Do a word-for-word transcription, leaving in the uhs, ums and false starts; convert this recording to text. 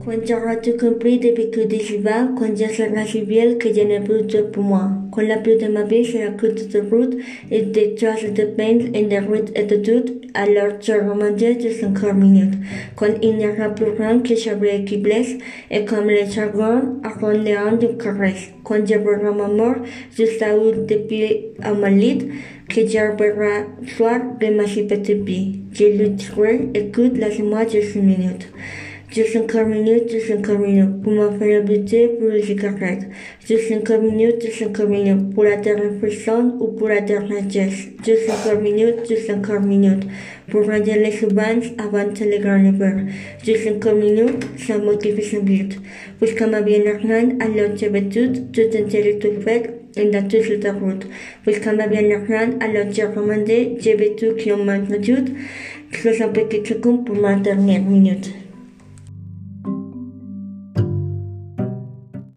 Quand j'aurai compris depuis que d'ici va, quand je serai si vieille que je n'ai plus de pour moi. Quand la plus de ma vie sera courte de route et des traces de peine et de route et de doute, alors je remonterai de cinq minutes. Quand il n'y aura plus rien que j'aurai qui blesse, et comme les chagrin, arrondeant du caresse. Quand je verrai ma mort, juste à où depuis à ma lit, que je verrai soir de ma si petite vie. Je lui dirai, écoute, laisse-moi juste une minute. Juste cinq minutes, juste cinq minutes, pour me faire buter pour les cigarettes. Juste cinq minutes, juste cinq minutes, pour la dernière personne ou pour la dernière geste. Juste cinq minutes, juste cinq minutes, pour rendre les subvences avant le grand hiver. Juste cinq minutes, ça motive son but. Puisque ma bien rien, alors je vais tout, tout entier tout fait, et dans toute la route. Puisque ma bien rien, alors j'ai recommandé, je vais tout qui en manque tout, que ça peut être comme pour ma dernière minute.